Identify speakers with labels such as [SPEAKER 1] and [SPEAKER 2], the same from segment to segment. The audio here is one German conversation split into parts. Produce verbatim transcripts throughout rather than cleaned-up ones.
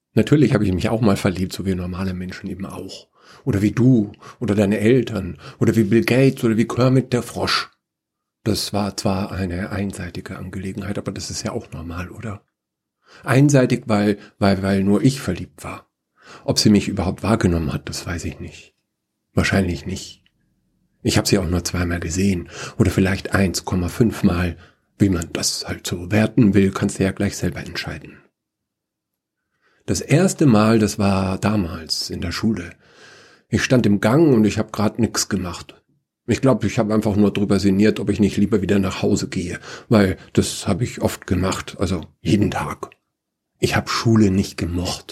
[SPEAKER 1] Natürlich habe ich mich auch mal verliebt, so wie normale Menschen eben auch. Oder wie du, oder deine Eltern, oder wie Bill Gates, oder wie Kermit der Frosch. Das war zwar eine einseitige Angelegenheit, aber das ist ja auch normal, oder? Einseitig, weil, weil, weil nur ich verliebt war. Ob sie mich überhaupt wahrgenommen hat, das weiß ich nicht. Wahrscheinlich nicht. Ich habe sie auch nur zweimal gesehen. Oder vielleicht eins Komma fünf Mal. Wie man das halt so werten will, kannst du ja gleich selber entscheiden. Das erste Mal, das war damals in der Schule. Ich stand im Gang und ich habe gerade nix gemacht. Ich glaube, ich habe einfach nur drüber sinniert, ob ich nicht lieber wieder nach Hause gehe, weil das habe ich oft gemacht, also jeden Tag. Ich habe Schule nicht gemocht.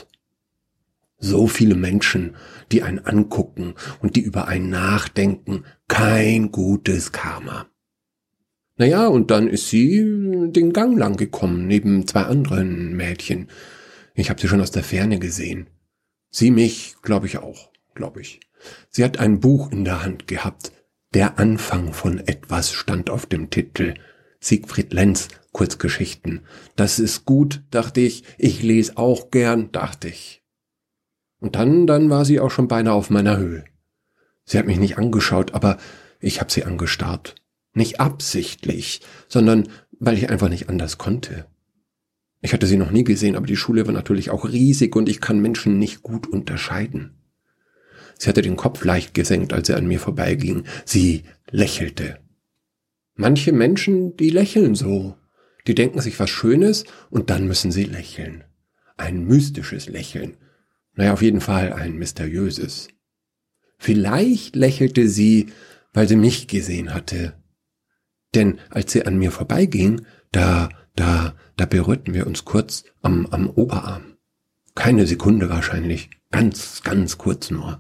[SPEAKER 1] So viele Menschen, die einen angucken und die über einen nachdenken, kein gutes Karma. Naja, und dann ist sie den Gang lang gekommen, neben zwei anderen Mädchen. Ich habe sie schon aus der Ferne gesehen. Sie mich, glaube ich auch, glaube ich. Sie hat ein Buch in der Hand gehabt. Der Anfang von etwas stand auf dem Titel. Siegfried Lenz, Kurzgeschichten. Das ist gut, dachte ich. Ich lese auch gern, dachte ich. Und dann, dann war sie auch schon beinahe auf meiner Höhe. Sie hat mich nicht angeschaut, aber ich habe sie angestarrt. Nicht absichtlich, sondern weil ich einfach nicht anders konnte. Ich hatte sie noch nie gesehen, aber die Schule war natürlich auch riesig und ich kann Menschen nicht gut unterscheiden. Sie hatte den Kopf leicht gesenkt, als sie an mir vorbeiging. Sie lächelte. Manche Menschen, die lächeln so. Die denken sich was Schönes und dann müssen sie lächeln. Ein mystisches Lächeln. Naja, auf jeden Fall ein mysteriöses. Vielleicht lächelte sie, weil sie mich gesehen hatte. Denn als sie an mir vorbeiging, da, da, da berührten wir uns kurz am, am Oberarm. Keine Sekunde wahrscheinlich. Ganz, ganz kurz nur.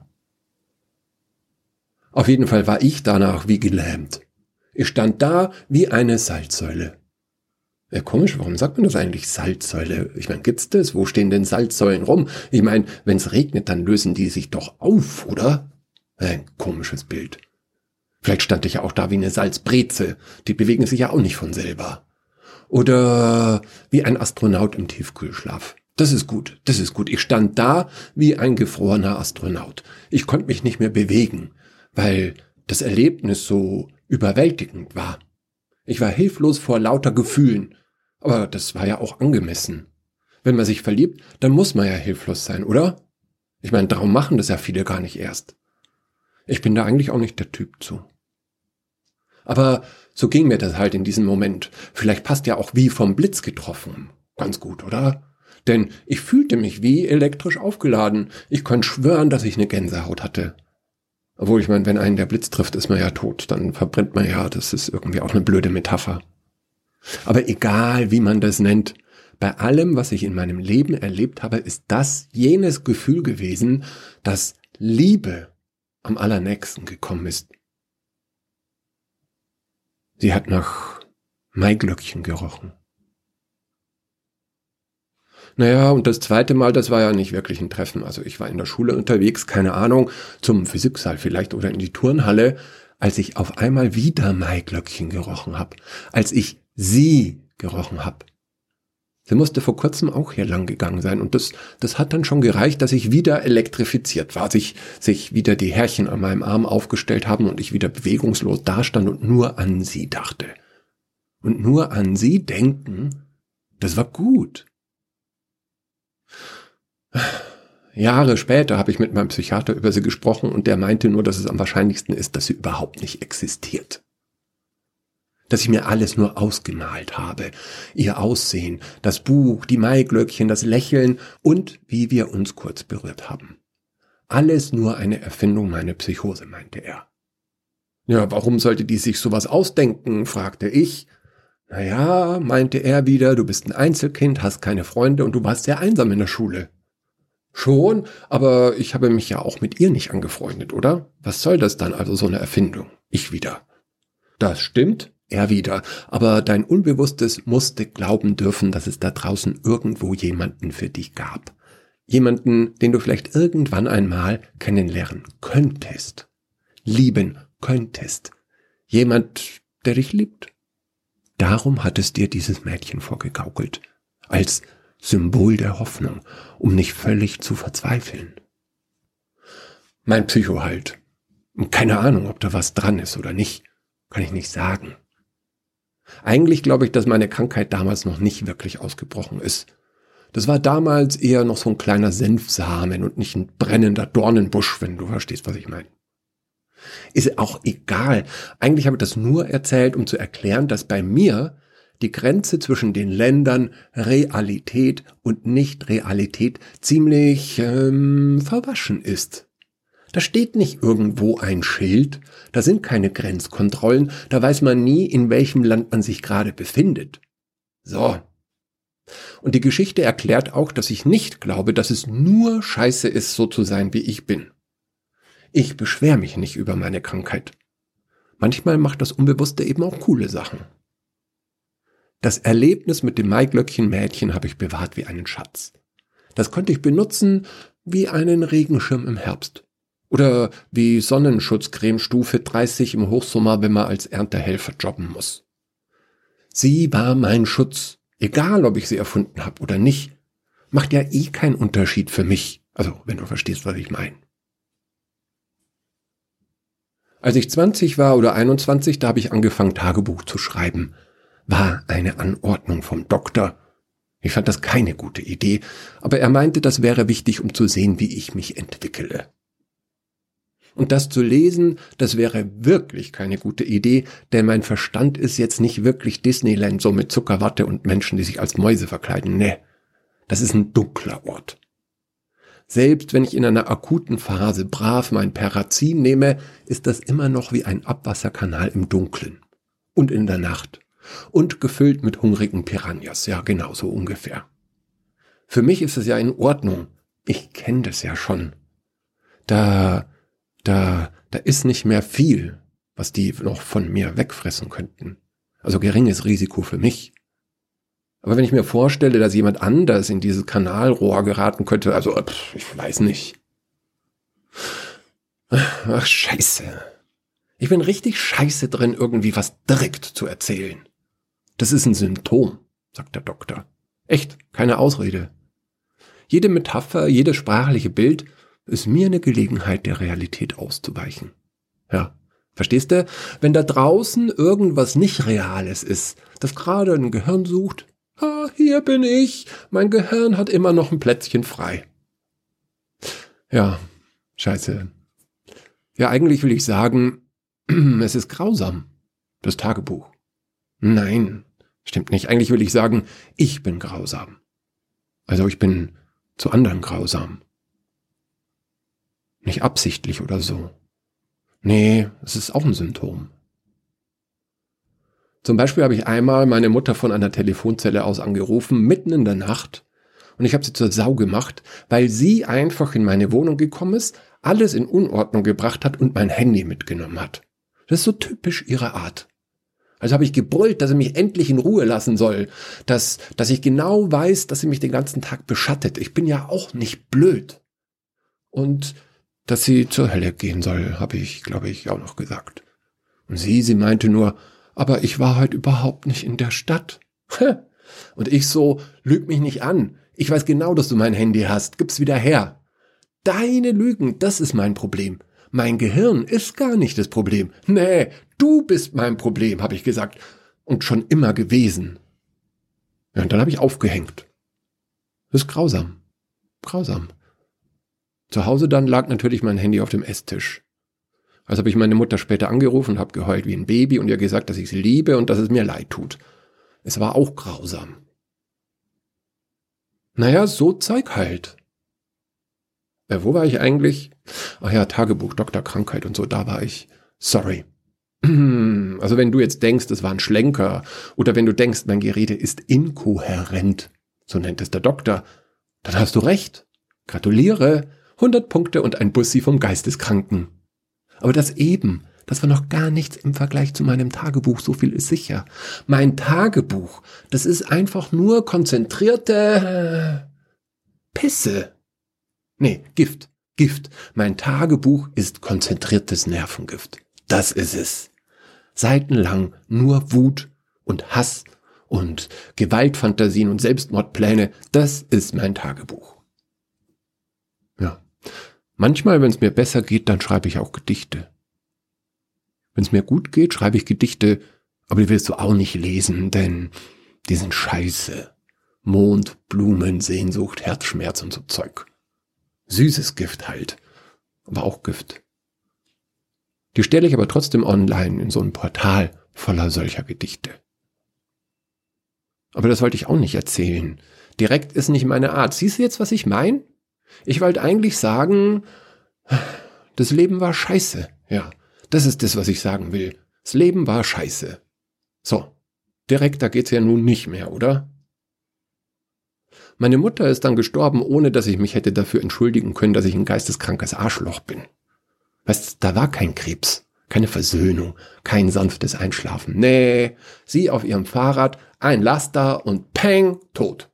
[SPEAKER 1] Auf jeden Fall war ich danach wie gelähmt. Ich stand da wie eine Salzsäule. Ja, komisch, warum sagt man das eigentlich, Salzsäule? Ich meine, gibt's das? Wo stehen denn Salzsäulen rum? Ich meine, wenn's regnet, dann lösen die sich doch auf, oder? Ein komisches Bild. Vielleicht stand ich ja auch da wie eine Salzbreze. Die bewegen sich ja auch nicht von selber. Oder wie ein Astronaut im Tiefkühlschlaf. Das ist gut, das ist gut. Ich stand da wie ein gefrorener Astronaut. Ich konnte mich nicht mehr bewegen, weil das Erlebnis so überwältigend war. Ich war hilflos vor lauter Gefühlen, aber das war ja auch angemessen. Wenn man sich verliebt, dann muss man ja hilflos sein, oder? Ich meine, darum machen das ja viele gar nicht erst. Ich bin da eigentlich auch nicht der Typ zu. Aber so ging mir das halt in diesem Moment. Vielleicht passt ja auch wie vom Blitz getroffen. Ganz gut, oder? Denn ich fühlte mich wie elektrisch aufgeladen. Ich konnte schwören, dass ich eine Gänsehaut hatte. Obwohl, ich meine, wenn einen der Blitz trifft, ist man ja tot. Dann verbrennt man ja. Das ist irgendwie auch eine blöde Metapher. Aber egal, wie man das nennt, bei allem, was ich in meinem Leben erlebt habe, ist das jenes Gefühl gewesen, dass Liebe am allernächsten gekommen ist. Sie hat nach Maiglöckchen gerochen. Naja, und das zweite Mal, das war ja nicht wirklich ein Treffen. Also ich war in der Schule unterwegs, keine Ahnung, zum Physiksaal vielleicht oder in die Turnhalle, als ich auf einmal wieder Maiglöckchen gerochen habe, als ich sie gerochen habe. Sie musste vor kurzem auch hier lang gegangen sein und das, das hat dann schon gereicht, dass ich wieder elektrifiziert war, sich, sich wieder die Härchen an meinem Arm aufgestellt haben und ich wieder bewegungslos dastand und nur an sie dachte. Und nur an sie denken, das war gut. Jahre später habe ich mit meinem Psychiater über sie gesprochen und der meinte nur, dass es am wahrscheinlichsten ist, dass sie überhaupt nicht existiert. Dass ich mir alles nur ausgemalt habe. Ihr Aussehen, das Buch, die Maiglöckchen, das Lächeln und wie wir uns kurz berührt haben. Alles nur eine Erfindung meiner Psychose, meinte er. Ja, warum sollte die sich sowas ausdenken, fragte ich. Naja, meinte er wieder, du bist ein Einzelkind, hast keine Freunde und du warst sehr einsam in der Schule. Schon, aber ich habe mich ja auch mit ihr nicht angefreundet, oder? Was soll das dann, also so eine Erfindung? Ich wieder. Das stimmt, er wieder. Aber dein Unbewusstes musste glauben dürfen, dass es da draußen irgendwo jemanden für dich gab. Jemanden, den du vielleicht irgendwann einmal kennenlernen könntest. Lieben könntest. Jemand, der dich liebt. Darum hat es dir dieses Mädchen vorgegaukelt. Als Symbol der Hoffnung, um nicht völlig zu verzweifeln. Mein Psycho halt. Keine Ahnung, ob da was dran ist oder nicht. Kann ich nicht sagen. Eigentlich glaube ich, dass meine Krankheit damals noch nicht wirklich ausgebrochen ist. Das war damals eher noch so ein kleiner Senfsamen und nicht ein brennender Dornenbusch, wenn du verstehst, was ich meine. Ist auch egal. Eigentlich habe ich das nur erzählt, um zu erklären, dass bei mir die Grenze zwischen den Ländern Realität und Nicht-Realität ziemlich ähm, verwaschen ist. Da steht nicht irgendwo ein Schild, da sind keine Grenzkontrollen, da weiß man nie, in welchem Land man sich gerade befindet. So. Und die Geschichte erklärt auch, dass ich nicht glaube, dass es nur scheiße ist, so zu sein, wie ich bin. Ich beschwere mich nicht über meine Krankheit. Manchmal macht das Unbewusste eben auch coole Sachen. Das Erlebnis mit dem Maiglöckchen-Mädchen habe ich bewahrt wie einen Schatz. Das konnte ich benutzen wie einen Regenschirm im Herbst. Oder wie Sonnenschutzcreme Stufe dreißig im Hochsommer, wenn man als Erntehelfer jobben muss. Sie war mein Schutz, egal ob ich sie erfunden habe oder nicht. Macht ja eh keinen Unterschied für mich. Also, wenn du verstehst, was ich meine. Als ich zwanzig war oder einundzwanzig, da habe ich angefangen, Tagebuch zu schreiben. War eine Anordnung vom Doktor. Ich fand das keine gute Idee, aber er meinte, das wäre wichtig, um zu sehen, wie ich mich entwickele. Und das zu lesen, das wäre wirklich keine gute Idee, denn mein Verstand ist jetzt nicht wirklich Disneyland, so mit Zuckerwatte und Menschen, die sich als Mäuse verkleiden. Nee, das ist ein dunkler Ort. Selbst wenn ich in einer akuten Phase brav mein Perazin nehme, ist das immer noch wie ein Abwasserkanal im Dunkeln. Und in der Nacht. Und gefüllt mit hungrigen Piranhas. Ja, genau so ungefähr. Für mich ist es ja in Ordnung. Ich kenne das ja schon. Da, da, da ist nicht mehr viel, was die noch von mir wegfressen könnten. Also geringes Risiko für mich. Aber wenn ich mir vorstelle, dass jemand anders in dieses Kanalrohr geraten könnte, also pff, ich weiß nicht. Ach, scheiße. Ich bin richtig scheiße drin, irgendwie was direkt zu erzählen. Das ist ein Symptom, sagt der Doktor. Echt, keine Ausrede. Jede Metapher, jedes sprachliche Bild ist mir eine Gelegenheit, der Realität auszuweichen. Ja, verstehst du? Wenn da draußen irgendwas nicht Reales ist, das gerade ein Gehirn sucht, ah, hier bin ich, mein Gehirn hat immer noch ein Plätzchen frei. Ja, scheiße. Ja, eigentlich will ich sagen, es ist grausam, das Tagebuch. Nein, stimmt nicht. Eigentlich will ich sagen, ich bin grausam. Also ich bin zu anderen grausam. Nicht absichtlich oder so. Nee, es ist auch ein Symptom. Zum Beispiel habe ich einmal meine Mutter von einer Telefonzelle aus angerufen, mitten in der Nacht. Und ich habe sie zur Sau gemacht, weil sie einfach in meine Wohnung gekommen ist, alles in Unordnung gebracht hat und mein Handy mitgenommen hat. Das ist so typisch ihre Art. Also habe ich gebrüllt, dass sie mich endlich in Ruhe lassen soll, dass, dass ich genau weiß, dass sie mich den ganzen Tag beschattet. Ich bin ja auch nicht blöd. Und dass sie zur Hölle gehen soll, habe ich, glaube ich, auch noch gesagt. Und sie, sie meinte nur, aber ich war heute überhaupt nicht in der Stadt. Und ich so, lüg mich nicht an. Ich weiß genau, dass du mein Handy hast. Gib's wieder her. Deine Lügen, das ist mein Problem. Mein Gehirn ist gar nicht das Problem. Nee, du bist mein Problem, habe ich gesagt. Und schon immer gewesen. Ja, und dann habe ich aufgehängt. Das ist grausam. Grausam. Zu Hause dann lag natürlich mein Handy auf dem Esstisch. Also habe ich meine Mutter später angerufen und habe geheult wie ein Baby und ihr gesagt, dass ich sie liebe und dass es mir leid tut. Es war auch grausam. Naja, so Zeug halt. Äh, wo war ich eigentlich? Ach ja, Tagebuch, Doktor Krankheit und so, da war ich. Sorry. Also wenn du jetzt denkst, es war ein Schlenker, oder wenn du denkst, mein Gerede ist inkohärent, so nennt es der Doktor, dann hast du recht. Gratuliere. hundert Punkte und ein Bussi vom Geisteskranken. Aber das eben, das war noch gar nichts im Vergleich zu meinem Tagebuch, so viel ist sicher. Mein Tagebuch, das ist einfach nur konzentrierte Pisse. Nee, Gift, Gift. Mein Tagebuch ist konzentriertes Nervengift. Das ist es. Seitenlang nur Wut und Hass und Gewaltfantasien und Selbstmordpläne, das ist mein Tagebuch. Ja. Manchmal, wenn es mir besser geht, dann schreibe ich auch Gedichte. Wenn es mir gut geht, schreibe ich Gedichte, aber die willst du auch nicht lesen, denn die sind scheiße. Mond, Blumen, Sehnsucht, Herzschmerz und so Zeug. Süßes Gift halt, aber auch Gift. Die stelle ich aber trotzdem online in so ein Portal voller solcher Gedichte. Aber das wollte ich auch nicht erzählen. Direkt ist nicht meine Art. Siehst du jetzt, was ich meine? Ich wollte eigentlich sagen, das Leben war scheiße. Ja, das ist das, was ich sagen will. Das Leben war scheiße. So, direkter geht's ja nun nicht mehr, oder? Meine Mutter ist dann gestorben, ohne dass ich mich hätte dafür entschuldigen können, dass ich ein geisteskrankes Arschloch bin. Weißt, da war kein Krebs, keine Versöhnung, kein sanftes Einschlafen. Nee, sie auf ihrem Fahrrad, ein Laster und peng, tot.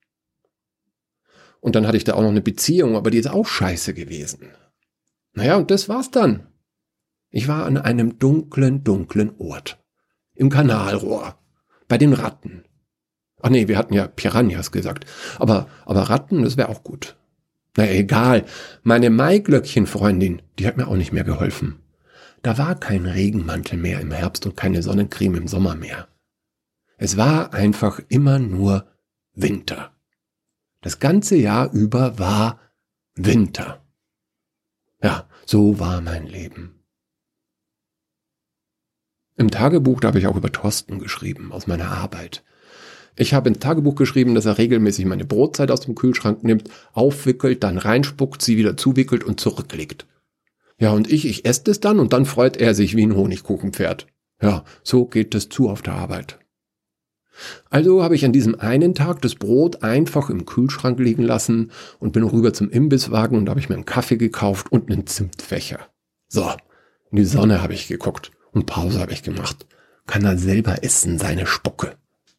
[SPEAKER 1] Und dann hatte ich da auch noch eine Beziehung, aber die ist auch scheiße gewesen. Naja, und das war's dann. Ich war an einem dunklen, dunklen Ort. Im Kanalrohr. Bei den Ratten. Ach nee, wir hatten ja Piranhas gesagt. Aber, aber Ratten, das wäre auch gut. Na egal. Meine Maiglöckchen-Freundin, die hat mir auch nicht mehr geholfen. Da war kein Regenmantel mehr im Herbst und keine Sonnencreme im Sommer mehr. Es war einfach immer nur Winter. Das ganze Jahr über war Winter. Ja, so war mein Leben. Im Tagebuch, da habe ich auch über Thorsten geschrieben, aus meiner Arbeit. Ich habe ins Tagebuch geschrieben, dass er regelmäßig meine Brotzeit aus dem Kühlschrank nimmt, aufwickelt, dann reinspuckt, sie wieder zuwickelt und zurücklegt. Ja, und ich, ich esse es dann und dann freut er sich wie ein Honigkuchenpferd. Ja, so geht es zu auf der Arbeit. Also habe ich an diesem einen Tag das Brot einfach im Kühlschrank liegen lassen und bin rüber zum Imbisswagen und da habe ich mir einen Kaffee gekauft und einen Zimtfächer. So, in die Sonne habe ich geguckt und Pause habe ich gemacht. Kann er selber essen, seine Spucke.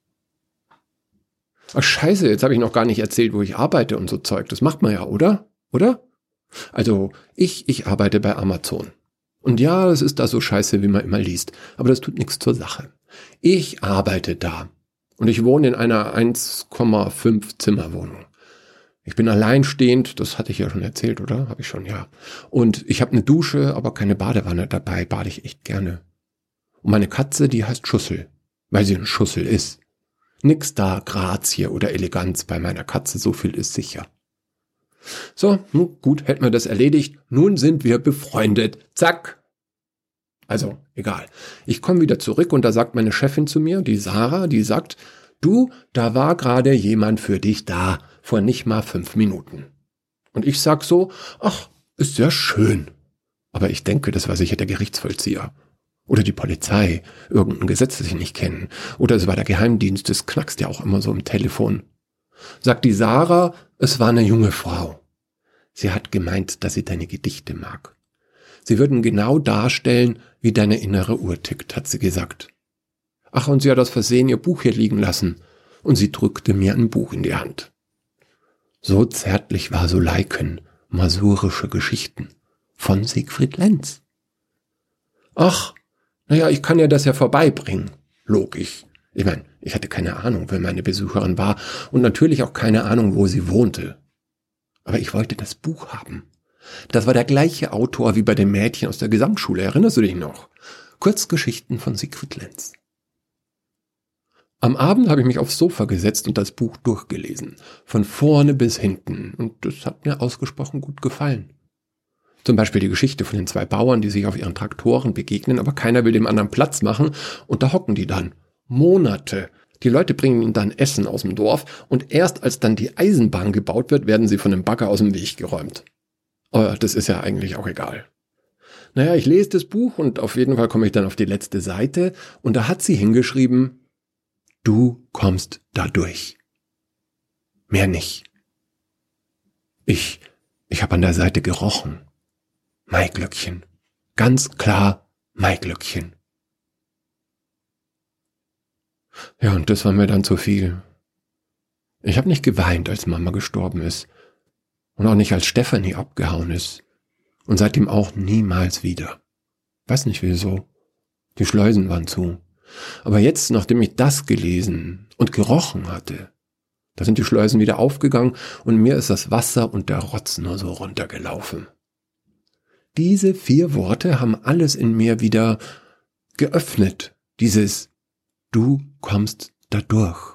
[SPEAKER 1] Ach scheiße, jetzt habe ich noch gar nicht erzählt, wo ich arbeite und so Zeug. Das macht man ja, oder? Oder? Also, ich, ich arbeite bei Amazon. Und ja, es ist da so scheiße, wie man immer liest. Aber das tut nichts zur Sache. Ich arbeite da. Und ich wohne in einer eins Komma fünf Zimmerwohnung. Ich bin alleinstehend, das hatte ich ja schon erzählt, oder? Habe ich schon, ja. Und ich habe eine Dusche, aber keine Badewanne dabei, bade ich echt gerne. Und meine Katze, die heißt Schussel, weil sie ein Schussel ist. Nix da Grazie oder Eleganz bei meiner Katze, so viel ist sicher. So, nun gut, hätten wir das erledigt. Nun sind wir befreundet. Zack. Also, egal. Ich komme wieder zurück und da sagt meine Chefin zu mir, die Sarah, die sagt, du, da war gerade jemand für dich da, vor nicht mal fünf Minuten. Und ich sag so, ach, ist ja schön. Aber ich denke, das war sicher der Gerichtsvollzieher. Oder die Polizei, irgendein Gesetz, das ich nicht kenne. Oder es war der Geheimdienst, das knackst ja auch immer so im Telefon. Sagt die Sarah, es war eine junge Frau. Sie hat gemeint, dass sie deine Gedichte mag. Sie würden genau darstellen, wie deine innere Uhr tickt, hat sie gesagt. Ach, und sie hat aus Versehen ihr Buch hier liegen lassen. Und sie drückte mir ein Buch in die Hand. So zärtlich war Suleiken, masurische Geschichten von Siegfried Lenz. Ach, naja, ich kann ja das ja vorbeibringen, log ich. Ich meine, ich hatte keine Ahnung, wer meine Besucherin war und natürlich auch keine Ahnung, wo sie wohnte. Aber ich wollte das Buch haben. Das war der gleiche Autor wie bei dem Mädchen aus der Gesamtschule, erinnerst du dich noch? Kurzgeschichten von Siegfried Lenz. Am Abend habe ich mich aufs Sofa gesetzt und das Buch durchgelesen, von vorne bis hinten, und das hat mir ausgesprochen gut gefallen. Zum Beispiel die Geschichte von den zwei Bauern, die sich auf ihren Traktoren begegnen, aber keiner will dem anderen Platz machen und da hocken die dann. Monate. Die Leute bringen ihnen dann Essen aus dem Dorf und erst als dann die Eisenbahn gebaut wird, werden sie von dem Bagger aus dem Weg geräumt. Aber das ist ja eigentlich auch egal. Naja, ich lese das Buch und auf jeden Fall komme ich dann auf die letzte Seite und da hat sie hingeschrieben, du kommst da durch. Mehr nicht. Ich, ich habe an der Seite gerochen. Maiglöckchen. Ganz klar Maiglöckchen. Ja, und das war mir dann zu viel. Ich habe nicht geweint, als Mama gestorben ist. Und auch nicht, als Stefanie abgehauen ist. Und seitdem auch niemals wieder. Weiß nicht wieso. Die Schleusen waren zu. Aber jetzt, nachdem ich das gelesen und gerochen hatte, da sind die Schleusen wieder aufgegangen und mir ist das Wasser und der Rotz nur so runtergelaufen. Diese vier Worte haben alles in mir wieder geöffnet. Dieses Du kommst da durch.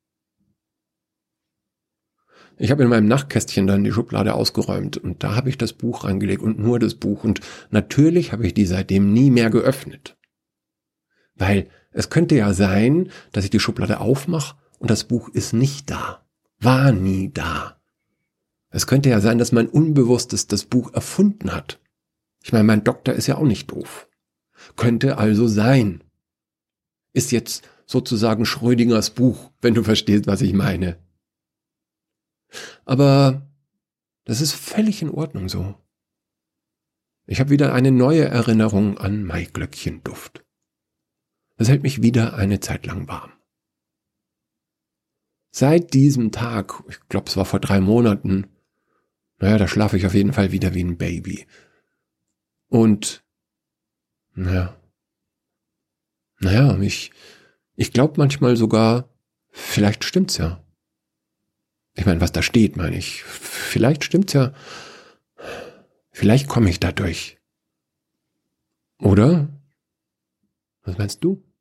[SPEAKER 1] Ich habe in meinem Nachtkästchen dann die Schublade ausgeräumt und da habe ich das Buch reingelegt und nur das Buch. Und natürlich habe ich die seitdem nie mehr geöffnet. Weil es könnte ja sein, dass ich die Schublade aufmache und das Buch ist nicht da. War nie da. Es könnte ja sein, dass mein Unbewusstes das Buch erfunden hat. Ich meine, mein Doktor ist ja auch nicht doof. Könnte also sein. Ist jetzt sozusagen Schrödingers Buch, wenn du verstehst, was ich meine. Aber das ist völlig in Ordnung so. Ich habe wieder eine neue Erinnerung an Maiglöckchenduft. Das hält mich wieder eine Zeit lang warm. Seit diesem Tag, ich glaube es war vor drei Monaten, naja, da schlafe ich auf jeden Fall wieder wie ein Baby. Und, naja, naja, ich, ich glaube manchmal sogar, vielleicht stimmt's ja. Ich meine, was da steht, meine ich. Vielleicht stimmt's ja. Vielleicht komme ich da durch. Oder? Was meinst du?